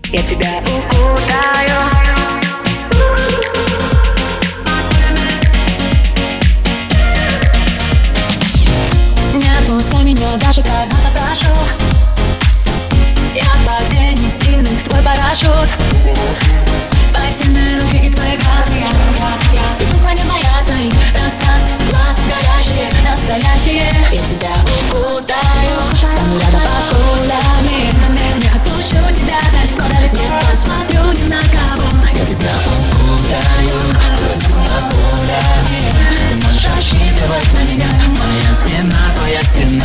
Я тебя укутаю. Не отпускай меня даже когда попрошу. Я падений сильных твой парашют. Твои сильные руки и твои пальцы. Я и кукла не боятся их расстаться. Глаза горящие, настоящие. Я тебя укутаю. Стану рядом под пулями. Не отпущу тебя далеко. Не посмотрю ни на кого. Я тебя укутаю. Под пулями. Ты можешь рассчитывать на меня. Моя спина, твоя стена.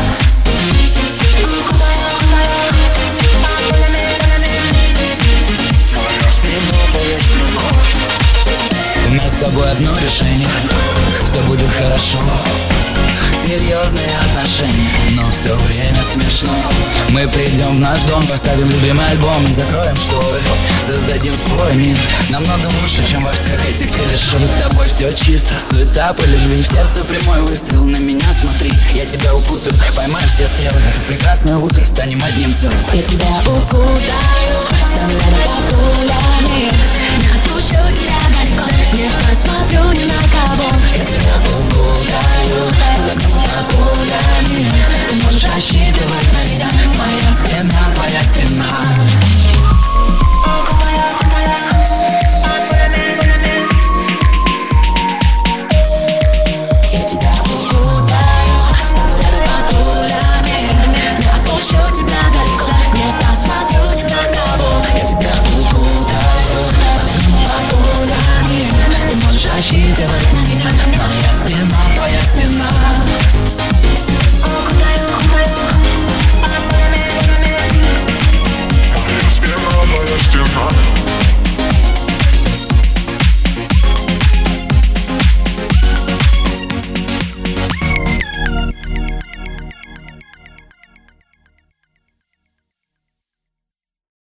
У нас с тобой одно решение. Все будет хорошо. Серьезные отношения, но все время смешно. Мы придем в наш дом, поставим любимый альбом и закроем шторы. Создадим свой мир, намного лучше, чем во всех этих телешоу. С тобой все чисто, суета по любви. В сердце прямой выстрел, на меня смотри. Я тебя укутаю, поймаю все стрелы. Прекрасное утро, станем одним целым. Я тебя укутаю, стану рядом под пулями. Не отпущу тебя далеко, не посмотрю ни на кого.